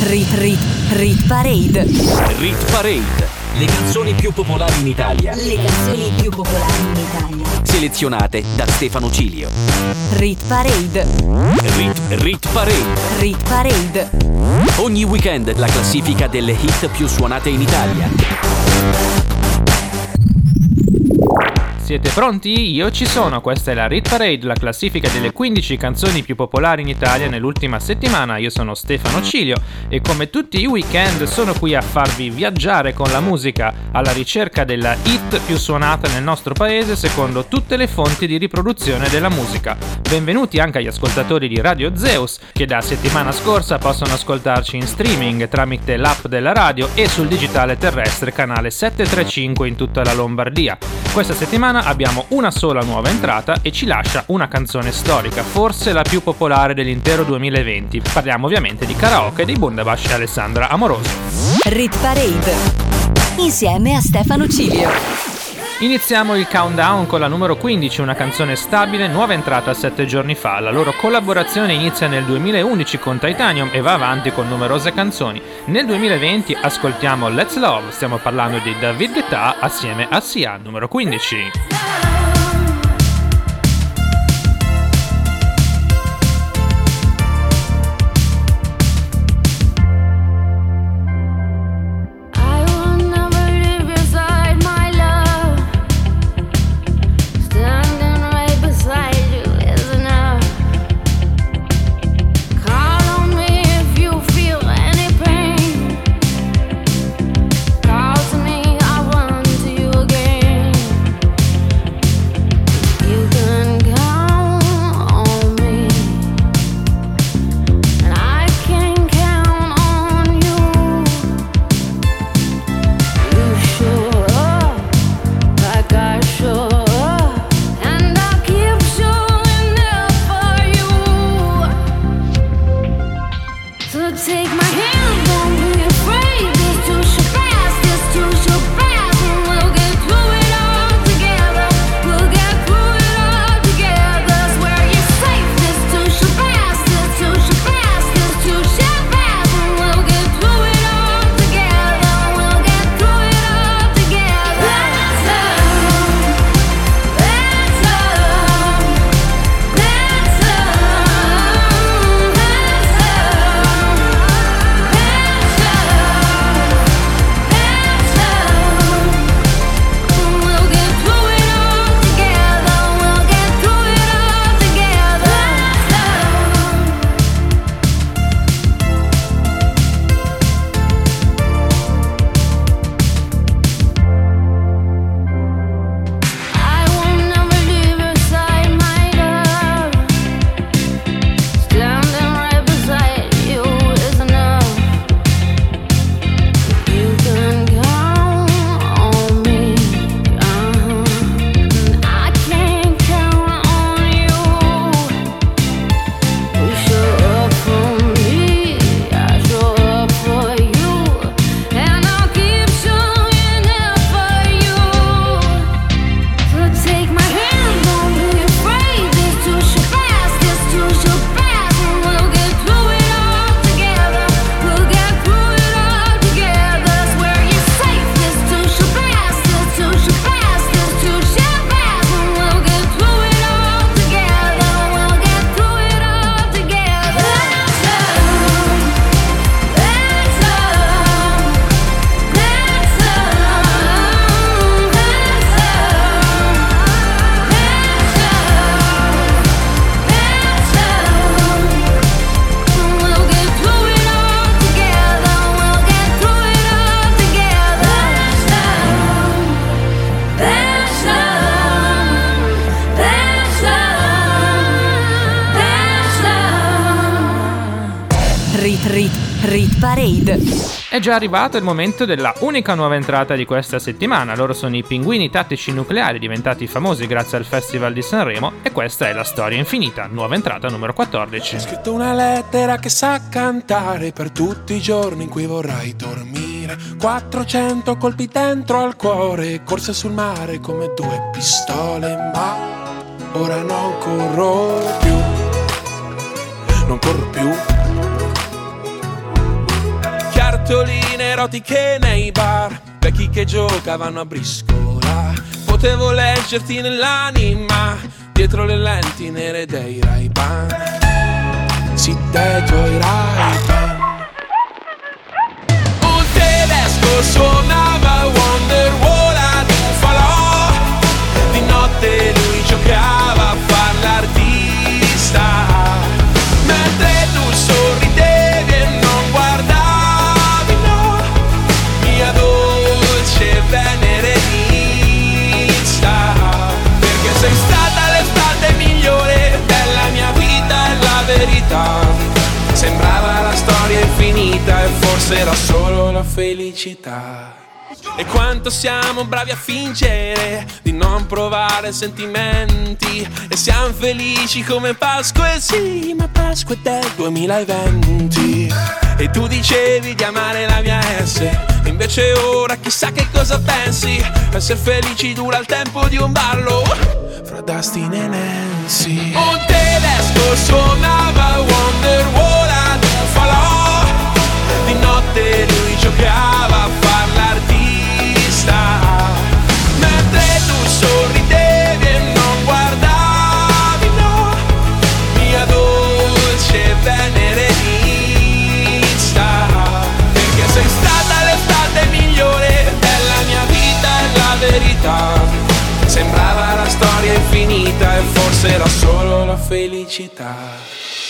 Rit Parade. Rit Parade. Le canzoni più popolari in Italia. Selezionate da Stefano Cilio. Rit Parade. Rit Parade. Rit Parade. Ogni weekend la classifica delle hit più suonate in Italia. Siete pronti? Io ci sono, questa è la Rit Parade, la classifica delle 15 canzoni più popolari in Italia nell'ultima settimana. Io sono Stefano Cilio e come tutti i weekend sono qui a farvi viaggiare con la musica alla ricerca della hit più suonata nel nostro paese secondo tutte le fonti di riproduzione della musica. Benvenuti anche agli ascoltatori di Radio Zeus che da settimana scorsa possono ascoltarci in streaming tramite l'app della radio e sul digitale terrestre canale 735 in tutta la Lombardia. Questa settimana abbiamo una sola nuova entrata e ci lascia una canzone storica, forse la più popolare dell'intero 2020. Parliamo ovviamente di Karaoke dei Bundabash e Alessandra Amoroso. Rit Parade insieme a Stefano Cilio. Iniziamo il countdown con la numero 15, una canzone stabile, nuova entrata 7 giorni fa. La loro collaborazione inizia nel 2011 con Titanium e va avanti con numerose canzoni. Nel 2020 ascoltiamo Let's Love, stiamo parlando di David Guetta assieme a Sia, numero 15. Rit Parade. È già arrivato il momento della unica nuova entrata di questa settimana. Loro sono i Pinguini Tattici Nucleari, diventati famosi grazie al Festival di Sanremo, e questa è La Storia Infinita, nuova entrata numero 14. Ho scritto una lettera che sa cantare per tutti i giorni in cui vorrai dormire. 400 colpi dentro al cuore, corse sul mare come 2 pistole, ma ora non corro più, non corro più. Scatoline erotiche nei bar, vecchi che giocavano a briscola. Potevo leggerti nell'anima, dietro le lenti nere dei Ray-Ban. Sì, dei tuoi Ray-Ban. Un tedesco suonava Wonderwall ad un falò. Di notte lui giocava a far l'artista, mentre tu sorridevi e non guardavi, no, mia dolce venerenista. Perché sei stata l'estate migliore della mia vita e la verità. Sembrava la storia infinita e forse era solo la felicità. E quanto siamo bravi a fingere di non provare sentimenti, e siamo felici come Pasqua, sì, ma Pasqua è del 2020. E tu dicevi di amare la mia S, invece ora chissà che cosa pensi. Essere felici dura il tempo di un ballo fra Dustin e Nancy. Un tedesco suonava Wonderwall ad un falò. Di notte lui giocava a far l'artista, mentre tu sorridevi e non guardavi, no, mia dolce venerenista. Perché sei stata l'estate migliore della mia vita e la verità. Sembrava la storia infinita e forse era solo la felicità.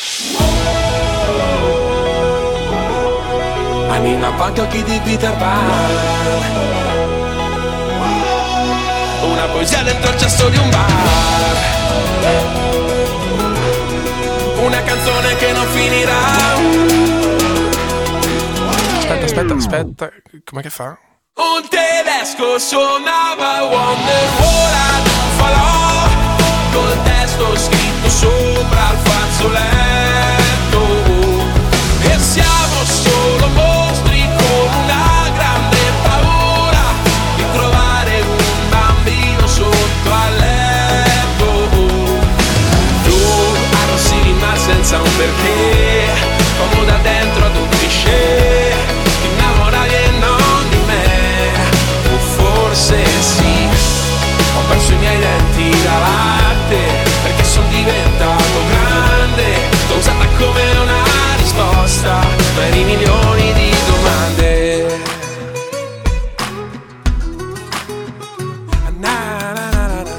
Anima Panca, occhi di Peter Pan. Una poesia dentro il cesso di un bar. Una canzone che non finirà. Aspetta, com'è che fa? Un tedesco suonava Wonderwall ad un falò, col testo scritto sopra il fazzoletto. E siamo solo mostri con una grande paura di trovare un bambino sotto al letto. Tu arrossi ma senza un perché, come da dentro ad un cliché. Ti innamoravi e non di me, o forse sì. Ho perso i miei denti da latte, perché sono diventato grande. T'ho usata come una risposta per i milioni di domande. Na, na, na, na, na.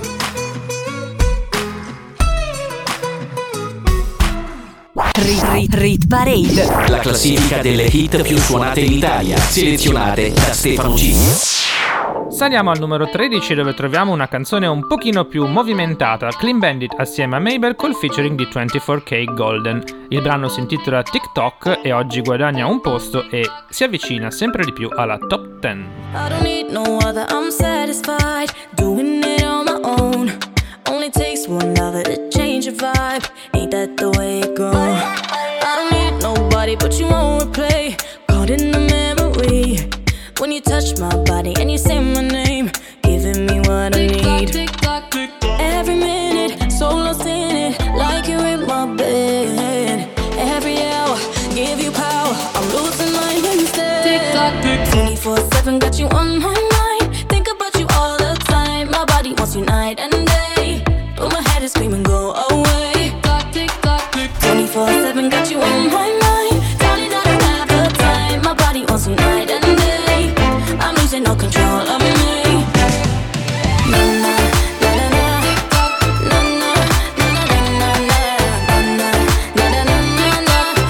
Rit Parade, La classifica delle hit più suonate in Italia, selezionate da Stefano G. Saliamo al numero 13 dove troviamo una canzone un pochino più movimentata, Clean Bandit assieme a Mabel col featuring di 24K Golden. Il brano si intitola TikTok e oggi guadagna un posto e si avvicina sempre di più alla top 10. I don't need no other, I'm satisfied doing it on my own. Only takes one lover to change your vibe. Ain't that the way it goes? I don't need nobody but you won't replay. Caught in the memory when you touch my body and you say my name, giving me what I need. Every minute, so lost in it, like you're in my bed. Every hour, give you power, I'm losing mine instead. 24/7, got you on my mind. Think about you all the time. My body wants you night and day, but my head is screaming, go away. 24/7, got you on my mind. Tell me that I don't have the time. My body wants you night and day. I'm losing all control of me. Na na na na na na na na na na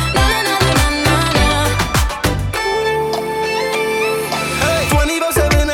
na na na. 24/7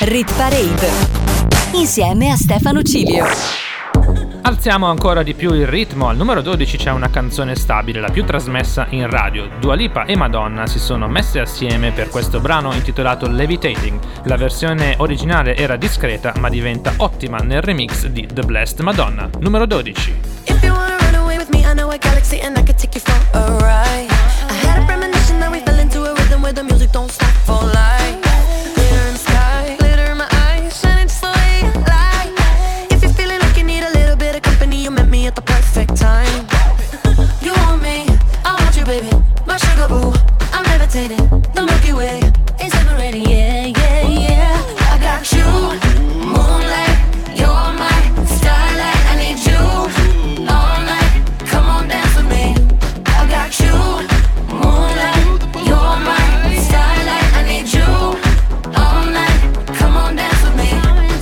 Rit Parade insieme a Stefano Cilio. Alziamo ancora di più il ritmo. Al numero 12 c'è una canzone stabile, la più trasmessa in radio. Dua Lipa e Madonna si sono messe assieme per questo brano intitolato Levitating. La versione originale era discreta, ma diventa ottima nel remix di The Blessed Madonna. Numero 12. If you wanna run away with me, I know a galaxy and I could take you for a ride. I had a premonition that we fell into a rhythm where the music don't stop for life. Glitter in the sky, glitter in my eyes, shining just the way you like. If you're feeling like you need a little bit of company, you met me at the perfect time. You want me, I want you, baby. My sugar boo, I'm levitating. The Milky Way is separating, yeah, yeah, yeah. I got you, moonlight, you're my starlight. I need you all night. Come on, dance with me. I got you, moonlight, you're my starlight. I need you all night. Come on, dance with me.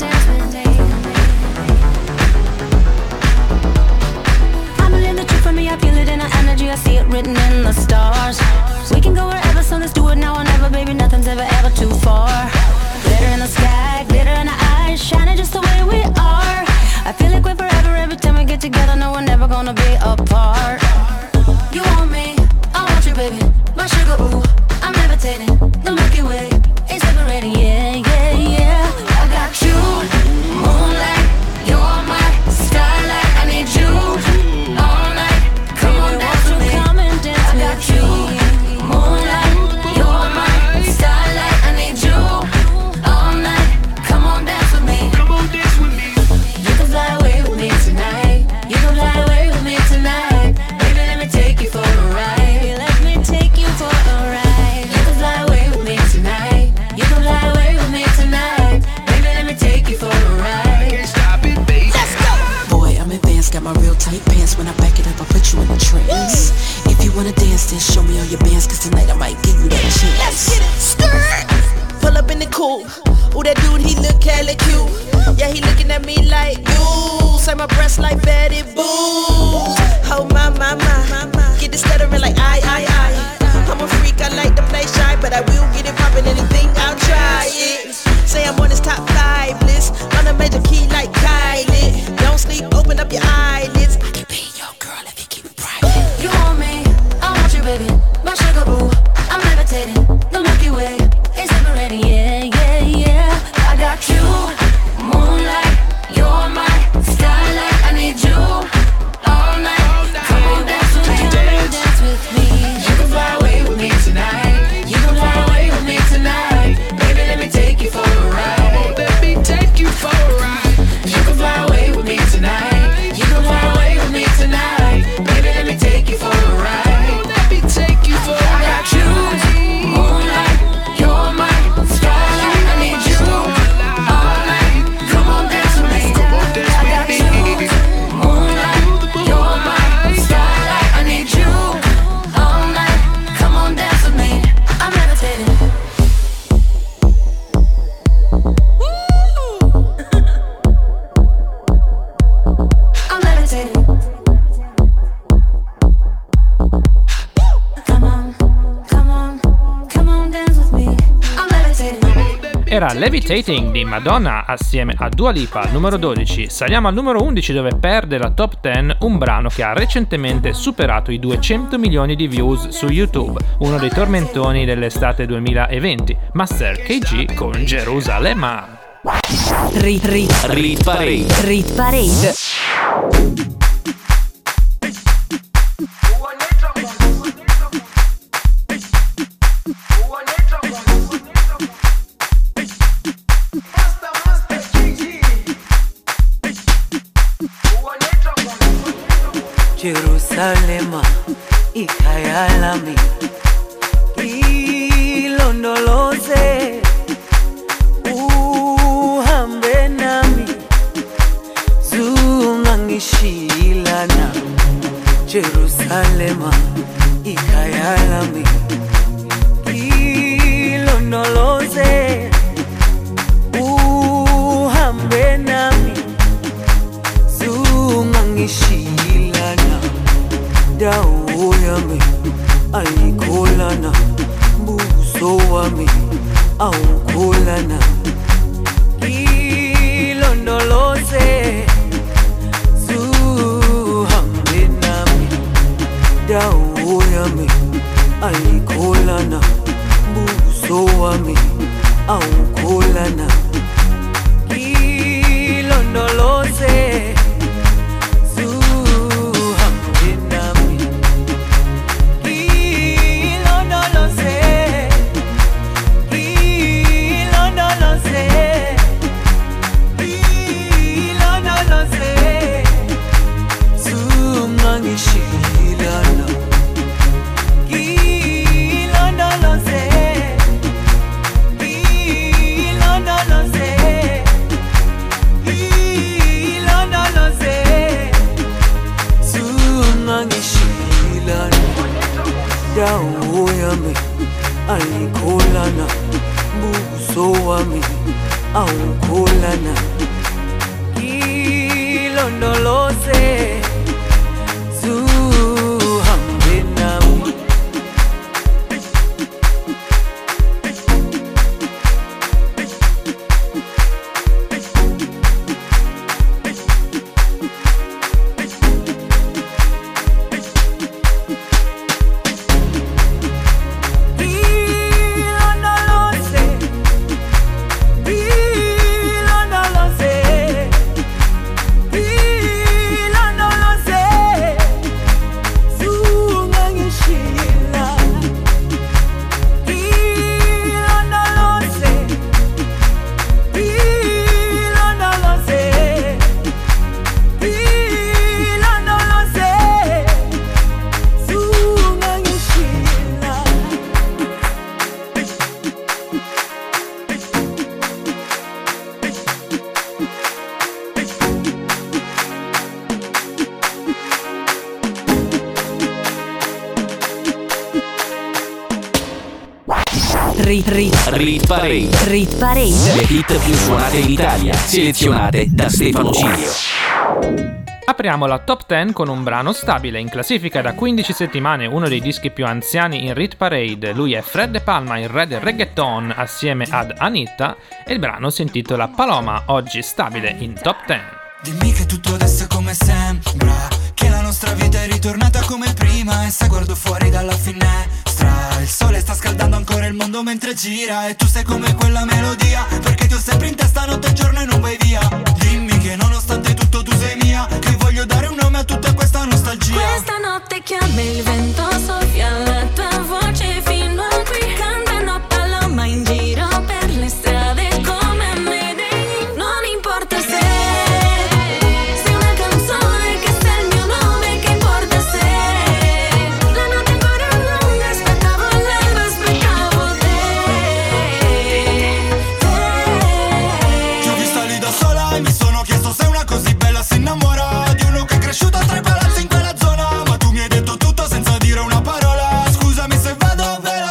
I believe the truth for me. I feel it in our energy. I see it written in the stars. We can go wherever, so let's do it now or never, baby. Nothing's ever too far. Glitter in the sky, glitter in our eyes, shining just the way we are. I feel like we're forever every time we get together. No, we're never gonna be apart. You want me, I want you, baby. My sugar, ooh, I'm levitating. The Milky Way is separating, yeah, yeah, yeah. I got you, moonlight, you're my starlight. I need you all night. Come on, dance with me. Come and dance with me. I got you, moonlight, you're my starlight. I need you all night. Come on, dance with me. Come on, dance with me. You can fly away with me tonight. You can fly away with me tonight. Baby, let me take you for a ride. Let me take you for a ride. You can fly away with me tonight. You can fly away with me tonight. Baby, let me take you for a ride. Can't stop it, baby. Let's go. Boy, I'm advanced, got my real tight pants. When I back it up, I put you in a trance. If you wanna dance, then show me all your bands, cause tonight I might give you that chance. Let's get it. Skirt. Pull up in the coupe. Ooh, that dude, he look hella cute. Yeah, he looking at me like you. Say my breasts like Betty Boo. Oh my, my, my. Get it stuttering like I. I'm a freak, I like to play shy, but I will get it poppin', anything, I'll try it. Say I'm on this top 5 list, on a major key like Kylie. Don't sleep, open up your eyelids. I can be your girl if you keep it private. You want me, I want you, baby. My sugar boo, I'm levitating. The Milky Way is separating, yeah, yeah, yeah. I got you, moonlight, you're my starlight. I need you all night. Come on, dance with me. Dance with me. You can fly away with me tonight. You can fly away with me tonight. Baby, let me take you for a ride. Let me take you for a ride. You can fly away with me tonight. You can fly away with me tonight. Baby, let me take you for a ride. Let me take you for a ride. I got you, moonlight, you're my starlight. I need you all night. Come on, dance with me. I got you, moonlight, you're my starlight. I need you all night. Come on, dance with me. I'm levitating. I'm levitating. Come on, come on, come on, dance with me. I'm levitating. Era Levitating di Madonna assieme a Dua Lipa al numero 12. Saliamo al numero 11 dove perde la top 10 un brano che ha recentemente superato i 200 milioni di views su YouTube, uno dei tormentoni dell'estate 2020, Master KG con Gerusalemme. Rit Parade. Rit Parade. Jerusalema ikhaya lami ilondoloze uhambe nami zungangishilana Jerusalema ikhaya lami ilondoloze uhambe nami zungangishilana dawo yami ayikholana buso wami awukholana dawo yami ayikholana, buso wami awukholana. Ilondoloze zuhambe nami, ilondoloze, ilondoloze, ilondoloze zungangishilana, ilondoloze, ilondoloze, ilondoloze zungangishilana. Dawo yami ayikholana, buso wami awukholana. Ilondoloze zuhambe nami. Rit Parade. Rit Parade. Le hit più suonate in Italia, selezionate da Stefano Cilio. Apriamo la top 10 con un brano stabile in classifica da 15 settimane, uno dei dischi più anziani in Rit Parade. Lui è Fred De Palma, il re del reggaeton, assieme ad Anitta, e il brano si intitola Paloma, oggi stabile in top 10. Dimmi che tutto adesso è come sembra, che la nostra vita è ritornata come prima. E se guardo fuori dalla finestra, il sole sta scaldando ancora il mondo mentre gira. E tu sei come quella melodia, perché ti ho sempre in testa notte e giorno e non vai via. Dimmi che nonostante tutto tu sei mia, che voglio dare un nome a tutta questa nostalgia. Questa notte chiama il vento, soffia la tua voce fino a qui. Cantano Paloma in giro per le strade come Medellin. Non importa se sei una canzone, che sei il mio nome, che importa se la notte ancora lunga. Aspettavo l'alba, aspettavo te. Ti ho vista lì da sola e mi sono chiesto se una così bella si innamora di uno che è cresciuto tra i palazzi in quella zona. Ma tu mi hai detto tutto senza dire una parola. Scusami se vado veramente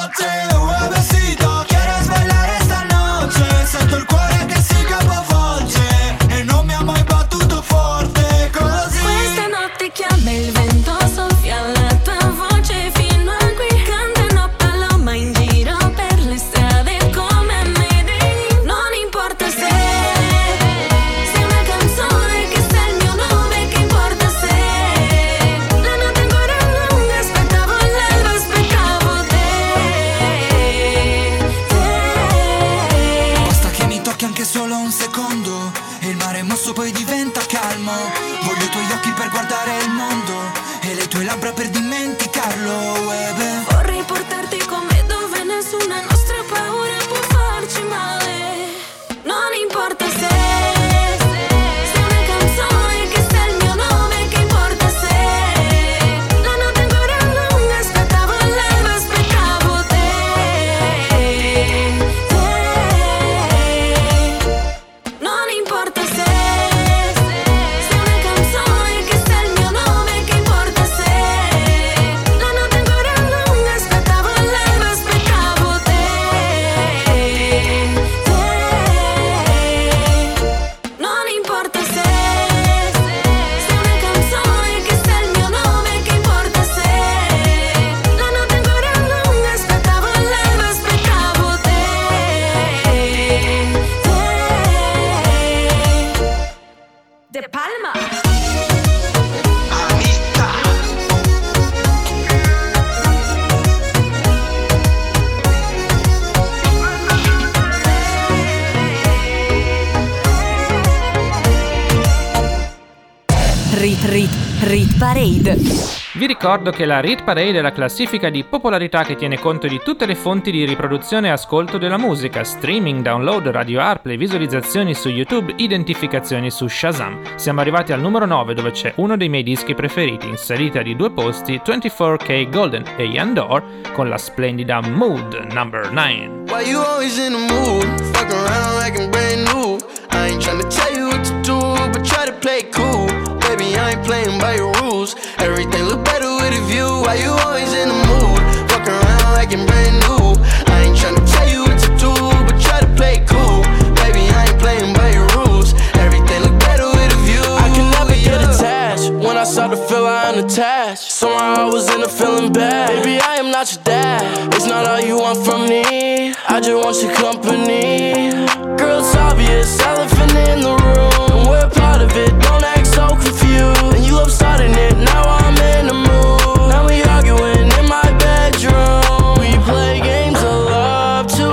Rit Parade. Vi ricordo che la Rit Parade è la classifica di popolarità che tiene conto di tutte le fonti di riproduzione e ascolto della musica, streaming, download, radio airplay, visualizzazioni su YouTube, identificazioni su Shazam. Siamo arrivati al numero 9 dove c'è uno dei miei dischi preferiti, in salita di 2 posti, 24K Golden e Yandor con la splendida Mood number 9. Why you always in the mood? Fuck around like I'm brand new. I ain't tryna tell you what to do, but try to play cool. Baby, I ain't playing by your rules. Everything look better with a view. Why you always in the mood? Fuck around like I'm brand new. I ain't tryna tell you what to do, but try to play cool. Baby, I ain't playing by your rules. Everything look better with a view. I can never get attached. When I start to feel I'm unattached, somehow I was in a feeling bad. Baby, I am not your dad. It's not all you want from me. I just want your company. Girl, it's obvious, elephant in the room, and we're part of it. Don't act so confused. And you love starting it. Now I'm in the mood. Now we arguing in my bedroom. We play games of love to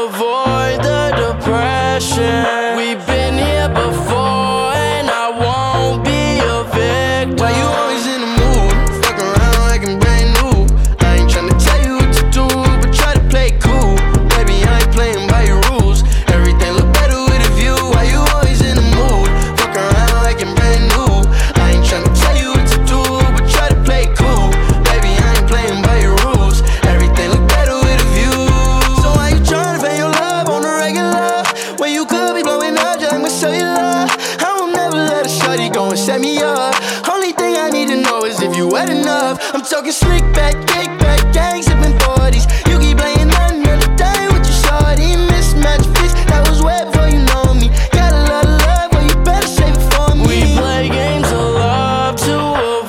avoid the depression. We've been here before, and I won't be a victim. Why you always in the mood? Fuck around like I'm brand new. I ain't tryna tell you what to do, but try to play cool. Baby, I ain't playing by your rules. Everything look better with a view. Why you always in the mood? Fuck around like I'm brand new. I ain't tryna tell you what to do, but try to play cool. Baby, I ain't playing by your rules. Everything look better with a view. So why you tryna fake your love on the regular, when you could be blowing up just like my cellular? I will never let a shawty go and set me up. Only thing I need to know is if you wet enough. I'm talking slick back, kick back, gang sipping 40s. You keep playing another day with your shawty. Mismatch fix, that was way before you know me. Got a lot of love, but you better save it for me. We play games of love to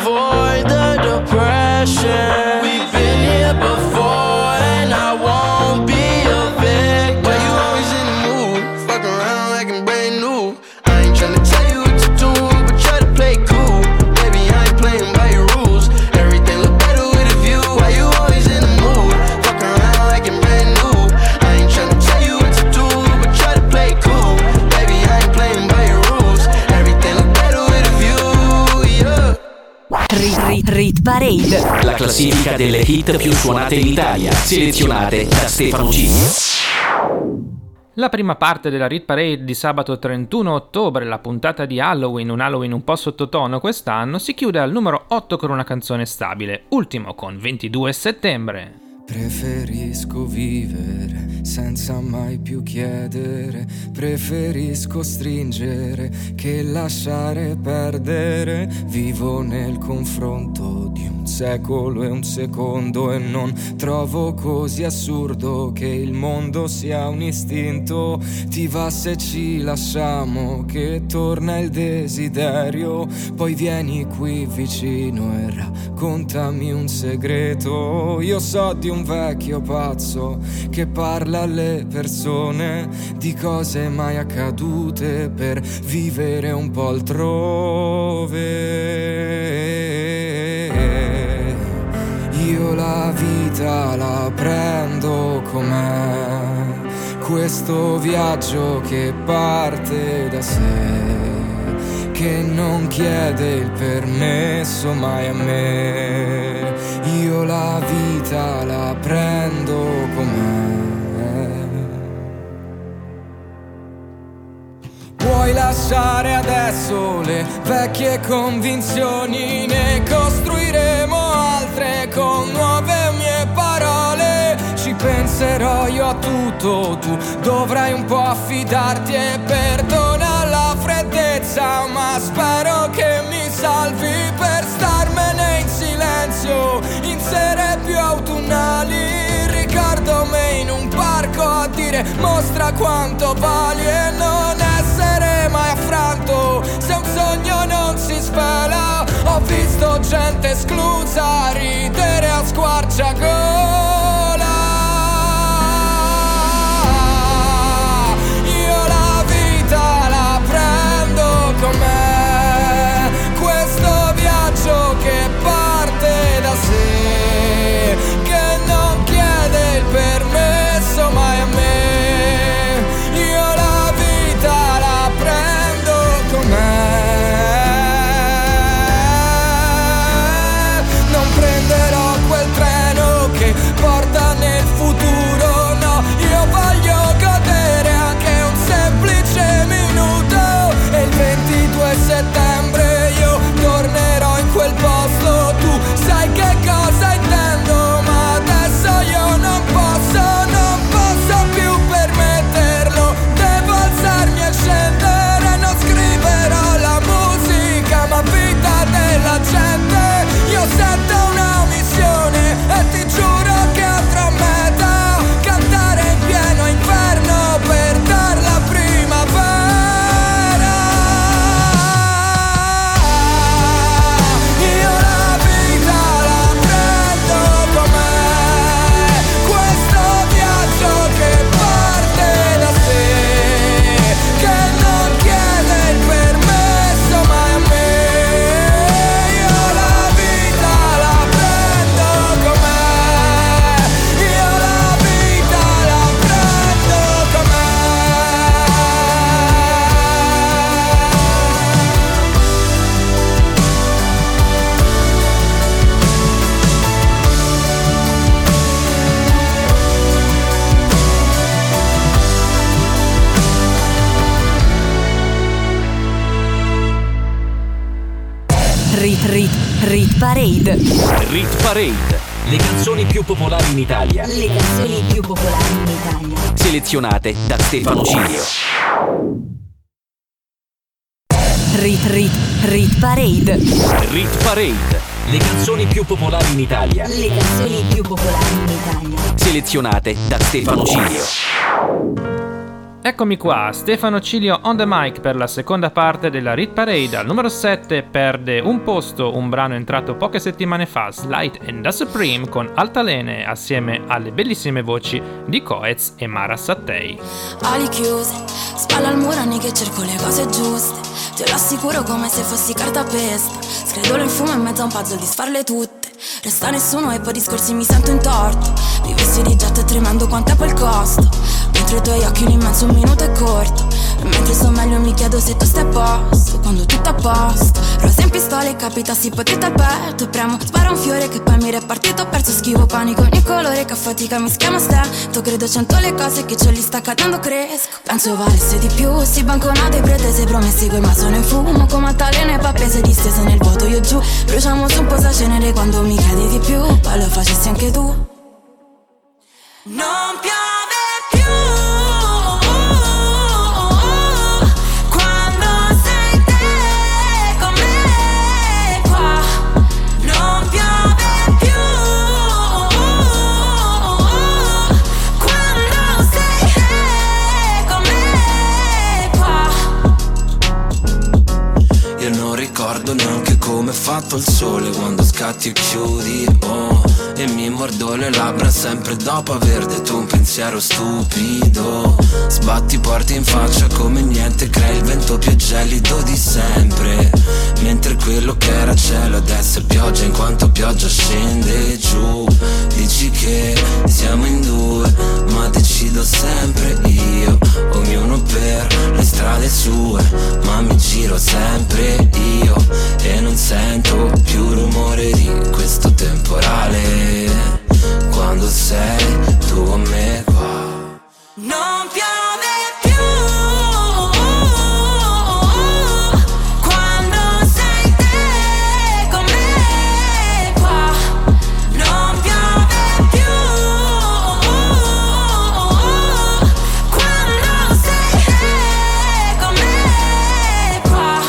avoid the depression. We've been here before, and I won't be a victim. Why you always in the mood? Fuck around like I'm brand new. I ain't tryna tell you what to do, but try to play cool. Baby, I ain't playing by your rules. Everything look better with a view. Why you always in the mood? Fuck around like I'm brand new. I ain't tryna tell you what to do, but try to play cool. Baby, I ain't playing by your rules. Everything look better with a view, yeah. Rit Parade. La classifica delle hit più suonate in Italia, selezionate da Stefano G. La prima parte della Rit Parade di sabato 31 ottobre, la puntata di Halloween, un Halloween un po' sottotono quest'anno, si chiude al numero 8 con una canzone stabile, Ultimo con 22 settembre. Preferisco vivere senza mai più chiedere, preferisco stringere che lasciare perdere. Vivo nel confronto di un secolo e un secondo e non trovo così assurdo che il mondo sia un istinto. Ti va se ci lasciamo che torna il desiderio, poi vieni qui vicino e raccontami un segreto. Io so di un vecchio pazzo che parla alle persone di cose mai accadute per vivere un po' altrove. Io la vita la prendo com'è, questo viaggio che parte da sé, che non chiede il permesso mai a me. Io la vita la prendo com'è. Puoi lasciare adesso le vecchie convinzioni, ne costruiremo altre con nuove mie parole. Ci penserò io a tutto, tu dovrai un po' affidarti e perdona la freddezza, ma spero che mi salvi per starmene in silenzio in sere più autunnali. Ricordo me in un parco a dire mostra quanto vali e non essere mai affranto se un sogno non si svela. Ho visto gente esclusa ridere a squarciagola. Io la vita la prendo com'è, questo viaggio che parte da sé, che non chiede il permesso mai a me. Io la vita la prendo com'è. Rit Parade. Rit Parade. Le canzoni più popolari in Italia. Le canzoni più popolari in Italia. Selezionate da Stefano Cilio. Rit Parade. Rit Parade. Le canzoni più popolari in Italia. Le canzoni più popolari in Italia. Selezionate da Stefano Cilio. Eccomi qua, Stefano Cilio on the mic per la seconda parte della Rit Parade. Al numero 7 perde un posto un brano entrato poche settimane fa, Slight and the Supreme con Altalene, assieme alle bellissime voci di Coez e Mara Sattei. Ali chiuse, spalla al muro anni che cerco le cose giuste. Te lo assicuro come se fossi cartapesta. Scredolo in fumo in mezzo a un puzzle di sfarle tutte. Resta nessuno e poi discorsi mi sento in torto. Rivesti di getto e tremando quanto è poi il costo. Mentre i tuoi occhi un immenso un minuto è corto. E mentre sto meglio mi chiedo se tu stai a posto. Quando tutto a posto. Rosa in pistola e capitassi potete al petto. Premo, spara un fiore che poi mi repartito. Ho perso schivo panico ogni colore che a fatica mi schiama stento. Credo cento le cose che ce li sta cadendo cresco. Penso valesse di più, si banconate pretese promessi quel ma sono in fumo. Come altalene pappese distese nel vuoto io giù. Bruciamo su un po' sa cenere quando mi chiedi di più. Poi lo facessi anche tu. Non piove più quando sei te con me qua. Non piove più quando sei te con me qua. Io non ricordo neanche come è fatto il sole quando scatti e chiudi, oh. E mi mordo le labbra sempre dopo aver detto un pensiero stupido. Sbatti porti in faccia come niente, crei il vento più gelido di sempre. Mentre quello che era cielo adesso è pioggia, in quanto pioggia scende giù. Dici che siamo in due, ma decido sempre io. Ognuno per le strade sue, ma mi giro sempre io. E non sento più rumore di questo temporale quando sei tu con me qua. Non piove più quando sei te con me qua. Non piove più quando sei te con me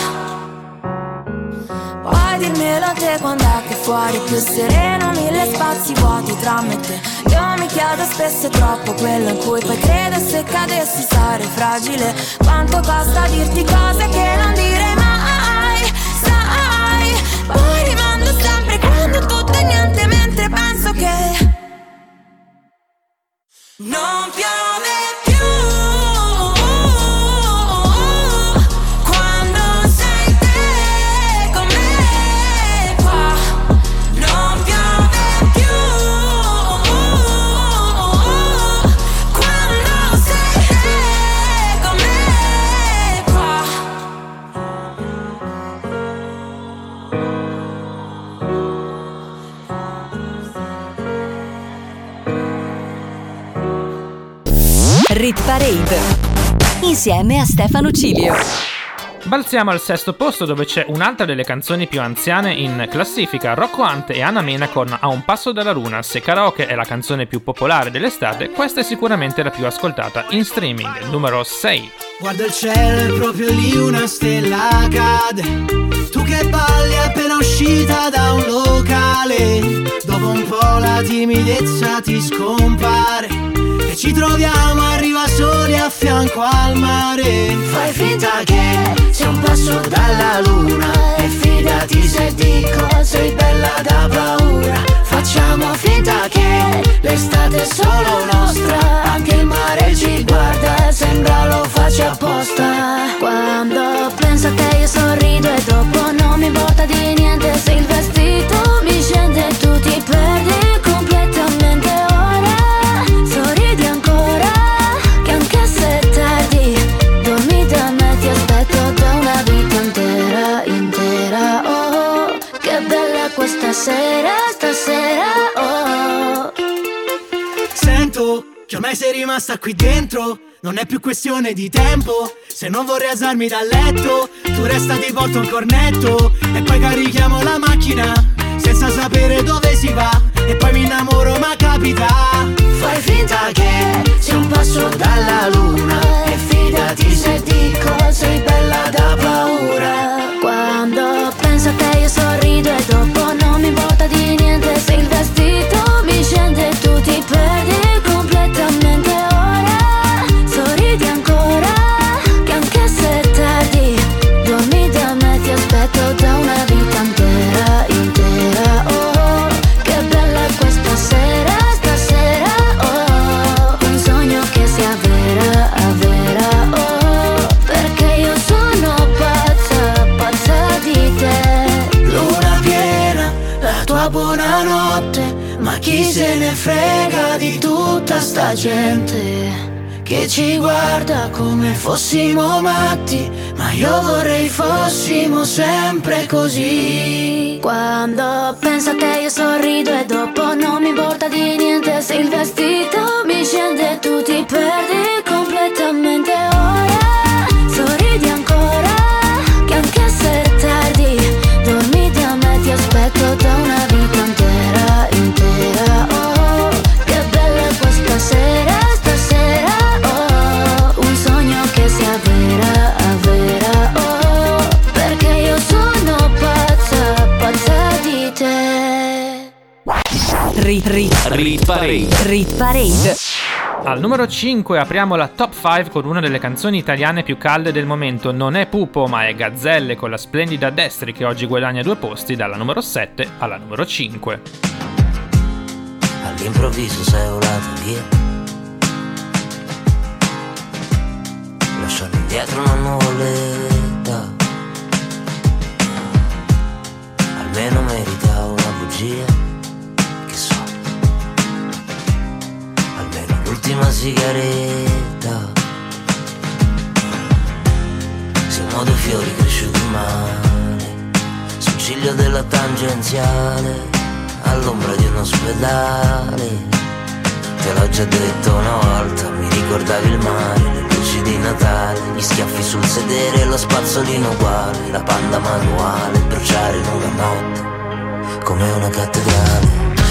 qua. Puoi dirmelo a te quando è che fuori è più sereno, mille spazi vuoti tra me e te. Io mi chiedo spesso è troppo quello in cui poi credo, se cadessi sarei fragile. Quanto costa dirti cose che non direi mai, sai. Poi rimando sempre quando tutto è niente, mentre penso che non piove più quando sei te con me qua. Non piove più quando sei te con me qua. Rit Parade insieme a Stefano Cilio. Balziamo al sesto posto, dove c'è un'altra delle canzoni più anziane in classifica, Rocco Hunt e Anna Mena con A un passo dalla luna. Se karaoke è la canzone più popolare dell'estate, questa è sicuramente la più ascoltata in streaming, numero 6. Guarda il cielo, è proprio lì una stella cade. Tu che balli appena uscita da un locale. Dopo un po' la timidezza ti scompare e ci troviamo, arriva soli a fianco al mare. Fai finta che sei un passo dalla luna e fidati se dico sei bella da paura. Facciamo finta che l'estate è solo nostra, anche il mare ci guarda, sembra lo faccia apposta. Quando penso a te io sorrido e dopo non mi importa di niente. Se il vestito mi scende e tu ti perdi completamente ora. Sorridi ancora, che anche se è tardi, dormi da me, ti aspetto da una vita intera, intera. Oh, che bella questa sera, stasera, oh. Sento che ormai sei rimasta qui dentro, non è più questione di tempo. Se non vorrei alzarmi dal letto, tu resta ti porto un cornetto e poi carichiamo la macchina senza sapere dove si va. E poi mi innamoro ma capita. Fai finta che sia un passo dalla luna e fidati se dico sei bella da paura. Quando penso a te io sorrido e dopo non mi importa di niente. Se il vestito mi scende e tu ti perdi completamente. Ora sorridi ancora, che anche se è tardi dormi da me, ti aspetto da una vita intera, intera. Oh, che bella è questa sera, stasera. Oh, un sogno che sia vera, vera. Oh, perché io sono pazza, pazza di te. Luna piena, la tua buonanotte, ma chi se ne frega di tutta sta gente che ci guarda come fossimo matti, ma io vorrei fossimo sempre così. Quando penso a te io sorrido e dopo non mi importa di niente. Se il vestito mi scende e tu ti perdi completamente. Ora sorridi ancora, che anche se è tardi dormi da me, ti aspetto da una vita intera, intera. Oh, che bella è questa sera, stasera. Oh, un sogno che sia vera, vera. Oh, perché io sono pazza, pazza di te. Rit Parade. Al numero 5 apriamo la top 5 con una delle canzoni italiane più calde del momento. Non è Pupo ma è Gazzelle con la splendida Destri, che oggi guadagna 2 posti dalla numero 7 alla numero 5. All'improvviso sei volata via, lasciando indietro una nuvoletta. Almeno meritavo una bugia, che so, almeno l'ultima sigaretta. Siamo 2 fiori cresciuti male sul ciglio della tangenziale, all'ombra di un ospedale. Te l'ho già detto una volta, mi ricordavi il mare, le luci di Natale, gli schiaffi sul sedere, lo spazzolino uguale, la panda manuale, bruciare in una notte come una cattedrale.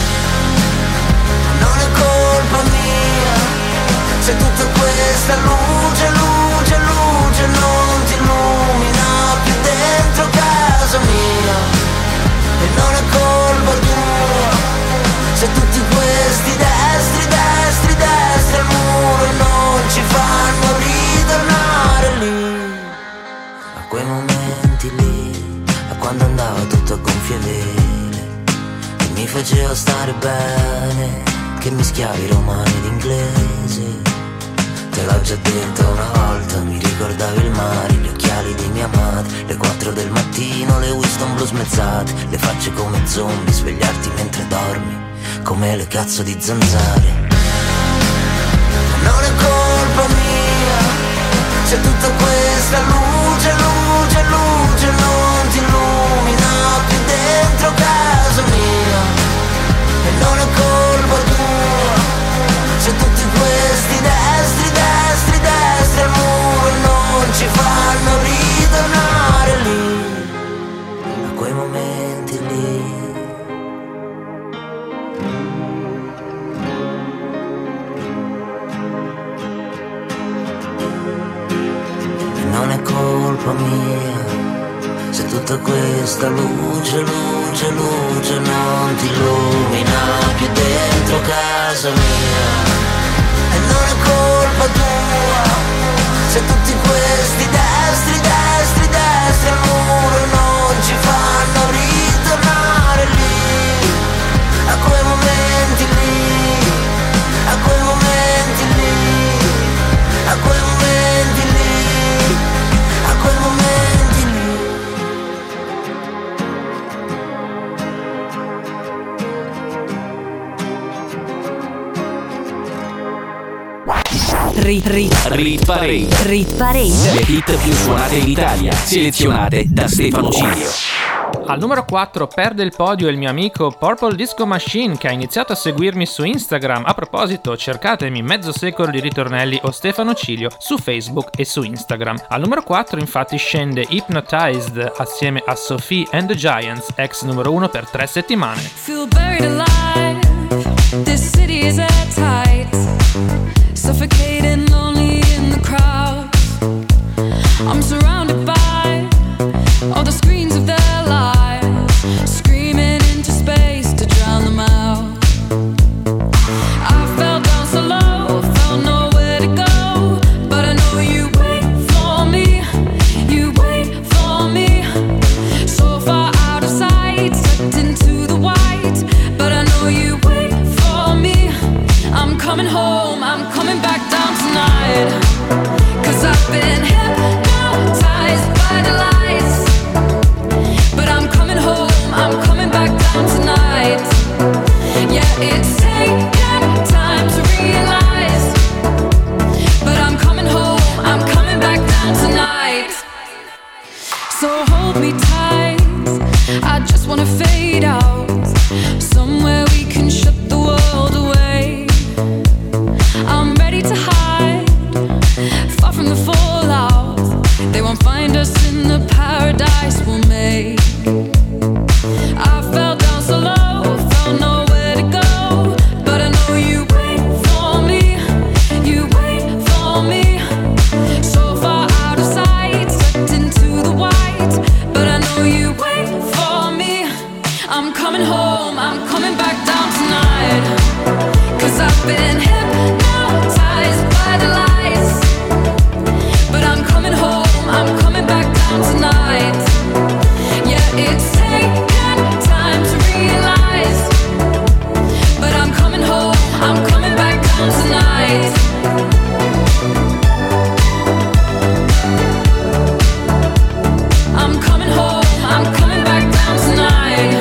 Non è colpa mia se tutta questa luce, luce, luce non ti illumina più dentro casa mia. E non è colpa tua se tutti questi destri, destri, destri al muro non ci fanno ritornare lì, a quei momenti lì, a quando andava tutto a gonfie vele e mi faceva stare bene, che mischiavi romani ed inglese. Te l'ho già detto una volta, mi ricordavi il mare, gli occhiali di mia madre, le 4 del mattino, le Winston blu smezzate, le facce come zombie, svegliarti mentre dormi come le cazzo di zanzare. Non è colpa mia se tutta questa luce, luce, luce non ti illumina più dentro casa mia. E non è colpa tua se tutti questi destri, destri, destri al muro non ci fanno ritornare lì, a quei momenti lì. Non è colpa mia se tutta questa luce, luce, luce non ti illumina più dentro casa mia. E non è colpa tua se tutti questi destri, destri, destri al muro non ci fanno ritornare lì, a quei momenti lì, a quei momenti lì, a quei momenti lì, a quei momenti lì. Rit Parade. Rit Parade. Le hit più suonate in Italia, selezionate da Stefano Cilio. Al numero 4 perde il podio il mio amico Purple Disco Machine, che ha iniziato a seguirmi su Instagram. A proposito, cercatemi Mezzo secolo di ritornelli o Stefano Cilio su Facebook e su Instagram. Al numero 4 infatti scende Hypnotized assieme a Sophie and the Giants, ex numero 1 per 3 settimane. Feel buried alive. This city is at tight. Suffocating, lonely in the crowd. I'm surrounded by all the screens of their lives, screaming into space to drown them out. I fell down so low, felt nowhere to go, but I know you wait for me, you wait for me. So far out of sight, sucked into the white, but I know you wait for me. I'm coming home, I'm coming back down tonight, 'cause I've been hypnotized by the lights. But I'm coming home, I'm coming back down tonight. Yeah, it's taken time to realize, but I'm coming home, I'm coming back down tonight. So hold me tight, I just wanna fade out, somewhere we can shut the world away. I'm ready to hide, far from the fallout. They won't find us in the paradise we'll make. I fell down so low, felt nowhere to go, but I know you wait for me, you wait for me. So far out of sight, sucked into the white, but I know you wait for me. I'm coming home, I'm coming back down tonight, 'cause I've been hypnotized by the lights. But I'm coming home, I'm coming back down tonight. Yeah, it's taken time to realize, but I'm coming home, I'm coming back down tonight. I'm coming home, I'm coming back down tonight.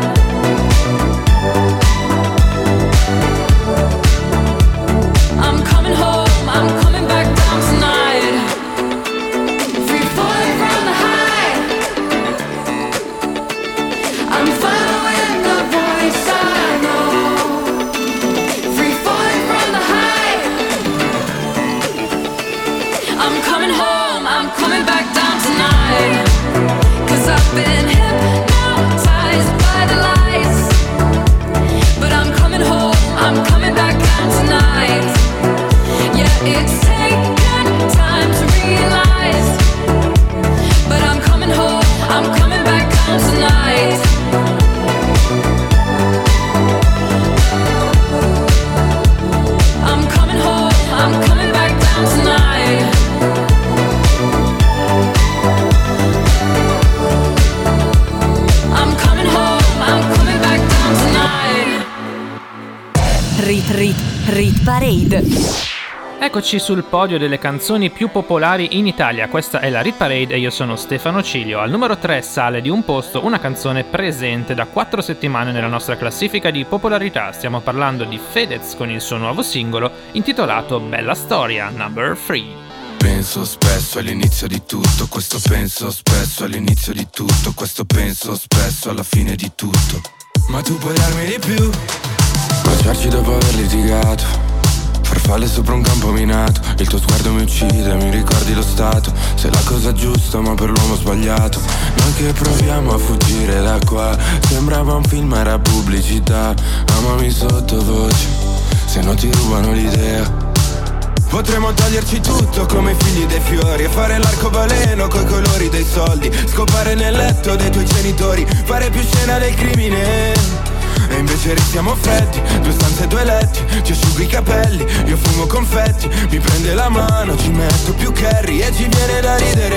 I'm coming home, I'm coming back down tonight. Free falling from the high, I'm following the voice I know. Free falling from the high, I'm coming home, I'm coming back down tonight, 'cause I've been hypnotized by the lights. But I'm coming home, I'm coming back down tonight. Yeah, it's taken time to realize, but I'm coming home, I'm coming back down tonight. I'm coming home, I'm coming back down tonight. I'm coming home, I'm coming back down tonight. Rit Parade. Eccoci sul podio delle canzoni più popolari in Italia. Questa è la Rit Parade e io sono Stefano Cilio. Al numero 3 sale di un posto una canzone presente da 4 settimane nella nostra classifica di popolarità. Stiamo parlando di Fedez con il suo nuovo singolo intitolato Bella Storia, number 3. Penso spesso all'inizio di tutto, questo penso spesso all'inizio di tutto, questo penso spesso alla fine di tutto. Ma tu puoi darmi di più, baciarci dopo aver litigato, farfalle sopra un campo minato, il tuo sguardo mi uccide, mi ricordi lo stato, sei la cosa giusta ma per l'uomo sbagliato. Noi che proviamo a fuggire da qua, sembrava un film, era pubblicità. Amami sottovoce, se no ti rubano l'idea. Potremmo toglierci tutto come figli dei fiori e fare l'arcobaleno coi colori dei soldi, scopare nel letto dei tuoi genitori, fare più scena del crimine. E invece restiamo freddi, 2 stanze e 2 letti, ci asciugo i capelli, io fumo confetti, mi prende la mano, ci metto più curry e ci viene da ridere.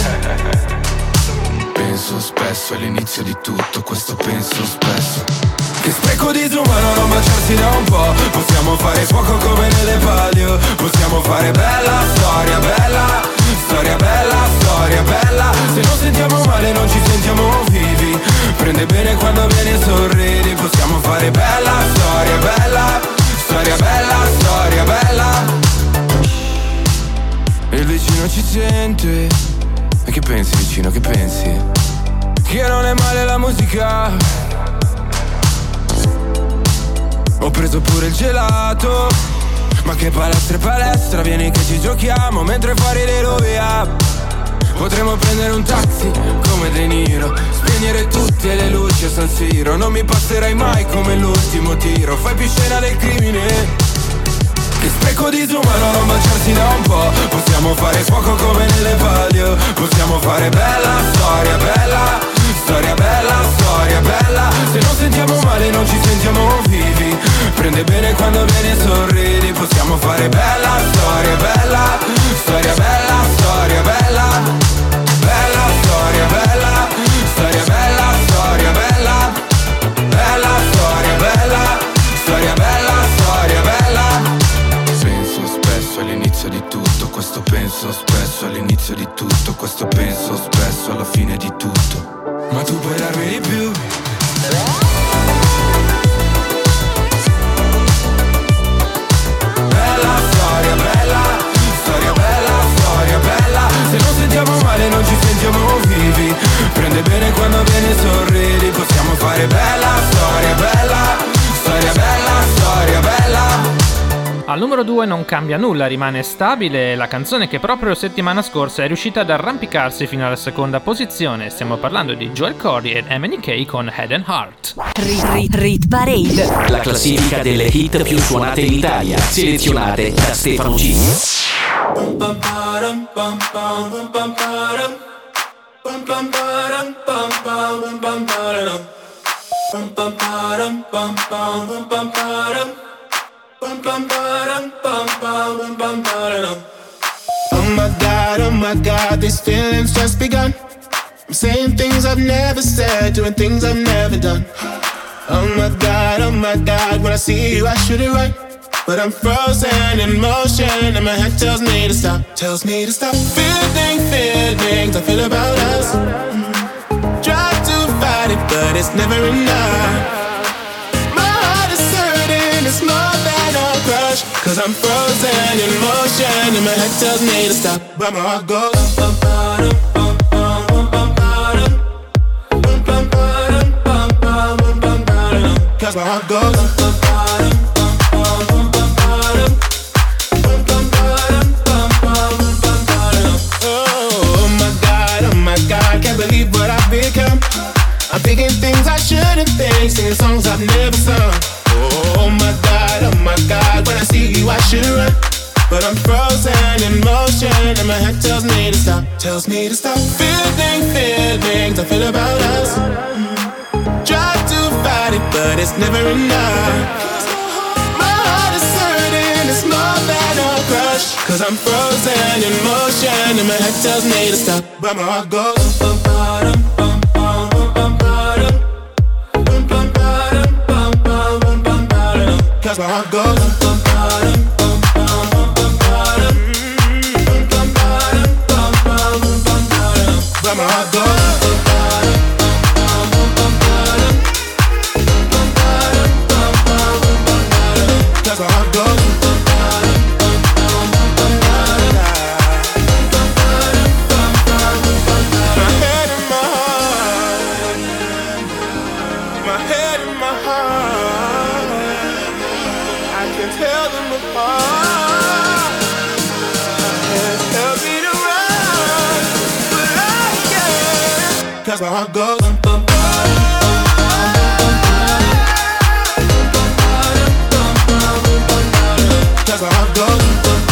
Penso spesso all'inizio di tutto, questo penso spesso. Che spreco disumano non baciarsi da un po', possiamo fare fuoco come nelle palio, possiamo fare bella storia, bella storia, bella storia, bella. Se non sentiamo male non ci sentiamo vivi, prende bene quando vieni e sorridi, possiamo fare bella storia, bella storia, bella storia, bella. E il vicino ci sente, e che pensi vicino, che pensi? che non è male la musica. Ho preso pure il gelato, ma che palestra e palestra, vieni che ci giochiamo mentre fuori le rovea. Potremmo prendere un taxi come De Niro, spegnere tutte le luci a San Siro. Non mi passerai mai come l'ultimo tiro, fai più scena del crimine. Che spreco disumano non baciarsi da un po'. Possiamo fare fuoco come nelle palio. Possiamo fare bella storia, bella storia, bella storia, bella. Se non sentiamo male non ci sentiamo vivi. Prende bene quando vieni e sorridi. Possiamo fare bella storia, bella storia, bella storia, bella. Bella storia, bella storia, bella storia, bella. Bella storia, bella storia, bella storia, bella. Penso spesso all'inizio di tutto, questo penso spesso all'inizio di tutto, questo penso spesso alla fine di tutto. Ma tu puoi darmi di più. Bella storia, bella storia, bella storia, bella. Se non sentiamo male non ci sentiamo vivi. Prende bene quando viene e sorridi. Possiamo fare bella storia, bella storia, bella storia, bella. Al numero 2 non cambia nulla, rimane stabile la canzone che proprio settimana scorsa è riuscita ad arrampicarsi fino alla seconda posizione. Stiamo parlando di Joel Corry ed MNK con Head and Heart. Rit Parade, La classifica delle hit più suonate in Italia, selezionate da Stefano Cilio. Oh my God, these feelings just begun. I'm saying things I've never said, doing things I've never done. Oh my God, when I see you I should it right. But I'm frozen in motion and my head tells me to stop. Tells me to stop. Feelings I feel about us. Try to fight it but it's never enough. It's more than a crush, 'cause I'm frozen in motion and my head tells me to stop, but my heart goes 'cause my heart goes oh my God, can't believe what I've become. I'm thinking things I shouldn't think, singing songs I've never sung. Oh my God, when I see you I should run. But I'm frozen in motion and my head tells me to stop. Tells me to stop. Feelings I feel about us. Try to fight it but it's never enough. My heart is hurting, it's more than a crush. 'Cause I'm frozen in motion and my head tells me to stop. But my heart goes 'cause my heart goes 'cause my heart goes my head and my heart, my head and my heart, I can tell them apart. Can't tell me to run, but I can. 'Cause my heart goes 'cause my heart goes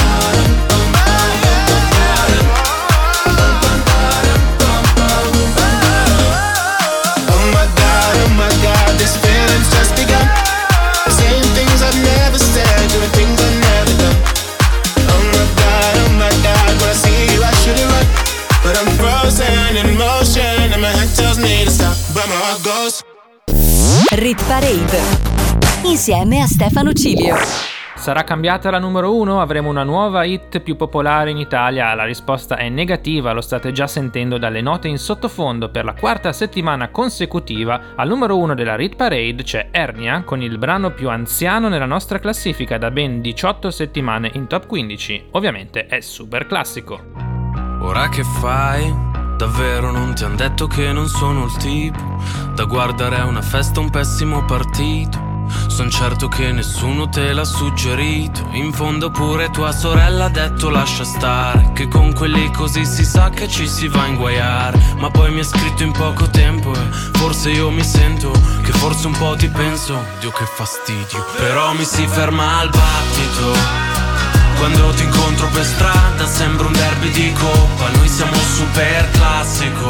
oh my God, this feeling's just begun. Saying things I've never said, doing things I've never done. Oh my God, when I see you I should it right. But I'm frozen in motion and my head tells me to stop. But my heart goes Rit Parade, insieme a Stefano Cilio. Sarà cambiata la numero 1? Avremo una nuova hit più popolare in Italia? La risposta è negativa, lo state già sentendo dalle note in sottofondo. Per la quarta settimana consecutiva al numero 1 della Rit Parade c'è Ernia con il brano più anziano nella nostra classifica da ben 18 settimane in top 15. Ovviamente è super classico. Ora che fai? Davvero non ti han detto che non sono il tipo da guardare a una festa un pessimo partito? Son certo che nessuno te l'ha suggerito. In fondo pure tua sorella ha detto lascia stare, che con quelli così si sa che ci si va a inguaiare. Ma poi mi ha scritto in poco tempo e forse io mi sento che forse un po' ti penso. Dio che fastidio. Però mi si ferma al battito quando ti incontro per strada, sembra un derby di coppa. Noi siamo super classico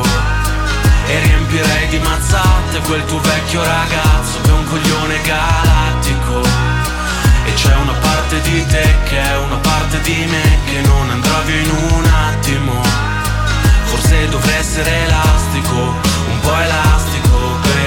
e riempirei di mazzate quel tuo vecchio ragazzo che è un coglione galattico. E c'è una parte di te che è una parte di me che non andrà via in un attimo. Forse dovrei essere elastico, un po' elastico,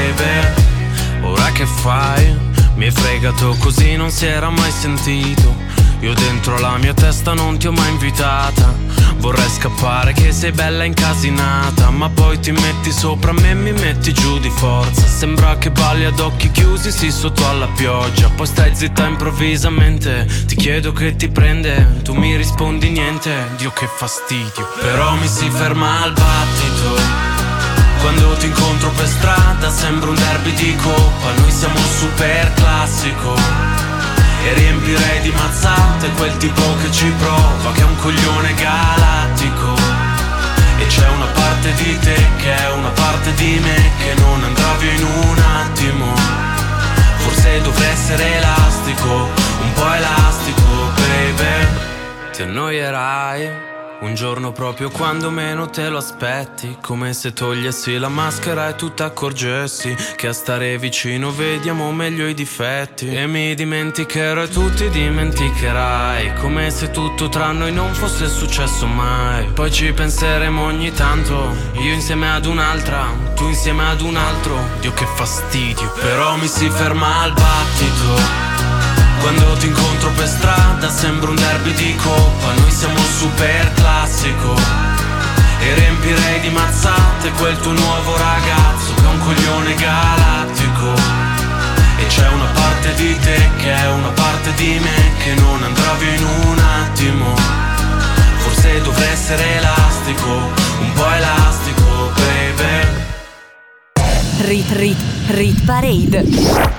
baby. Ora che fai? Mi hai fregato così, non si era mai sentito. Io dentro la mia testa non ti ho mai invitata. Vorrei scappare che sei bella incasinata, ma poi ti metti sopra me e mi metti giù di forza. Sembra che balli ad occhi chiusi, sì, sotto alla pioggia. Poi stai zitta improvvisamente, ti chiedo che ti prende, tu mi rispondi niente. Dio che fastidio. Però mi si ferma al battito quando ti incontro per strada, sembra un derby di coppa. Noi siamo super classico e riempirei di mazzate quel tipo che ci prova, che è un coglione galattico. E c'è una parte di te che è una parte di me che non andrà via in un attimo. Forse dovrei essere elastico, un po' elastico, baby. Ti annoierai un giorno proprio quando meno te lo aspetti, come se togliessi la maschera e tu t'accorgessi che a stare vicino vediamo meglio i difetti. E mi dimenticherò e tu ti dimenticherai, come se tutto tra noi non fosse successo mai. Poi ci penseremo ogni tanto, io insieme ad un'altra, tu insieme ad un altro. Dio che fastidio. Però mi si ferma al battito quando ti incontro per strada, sembra un derby di coppa. Noi siamo super classico e riempirei di mazzate quel tuo nuovo ragazzo che è un coglione galattico. E c'è una parte di te che è una parte di me che non andrà via in un attimo. Forse dovrei essere elastico, un po' elastico, baby. Rit Parade.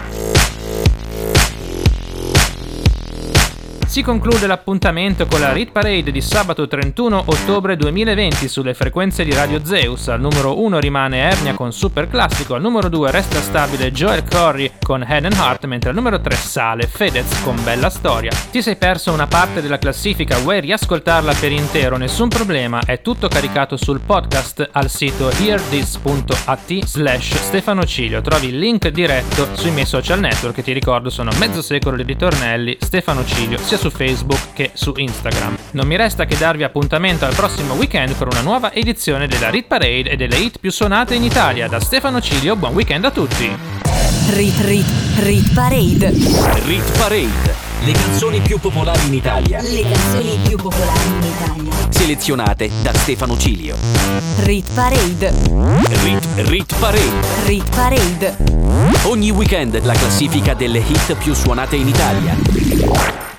Si conclude l'appuntamento con la Rit Parade di sabato 31 ottobre 2020 sulle frequenze di Radio Zeus. Al numero 1 rimane Ernia con Super Classico, al numero 2 resta stabile Joel Corry con Head and Heart, mentre al numero 3 sale Fedez con Bella Storia. Ti sei perso una parte della classifica, vuoi riascoltarla per intero? Nessun problema, è tutto caricato sul podcast al sito hearthis.at/Stefano Cilio. Trovi il link diretto sui miei social network che ti ricordo sono Mezzo Secolo di Ritornelli, Stefano Cilio, sia su Facebook che su Instagram. Non mi resta che darvi appuntamento al prossimo weekend con una nuova edizione della Rit Parade e delle hit più suonate in Italia. Da Stefano Cilio, buon weekend a tutti! Rit Parade. Rit Parade. Le canzoni più popolari in Italia. Le canzoni più popolari in Italia. Selezionate da Stefano Cilio. Rit Parade. Rit Parade. Rit Parade. Ogni weekend la classifica delle hit più suonate in Italia.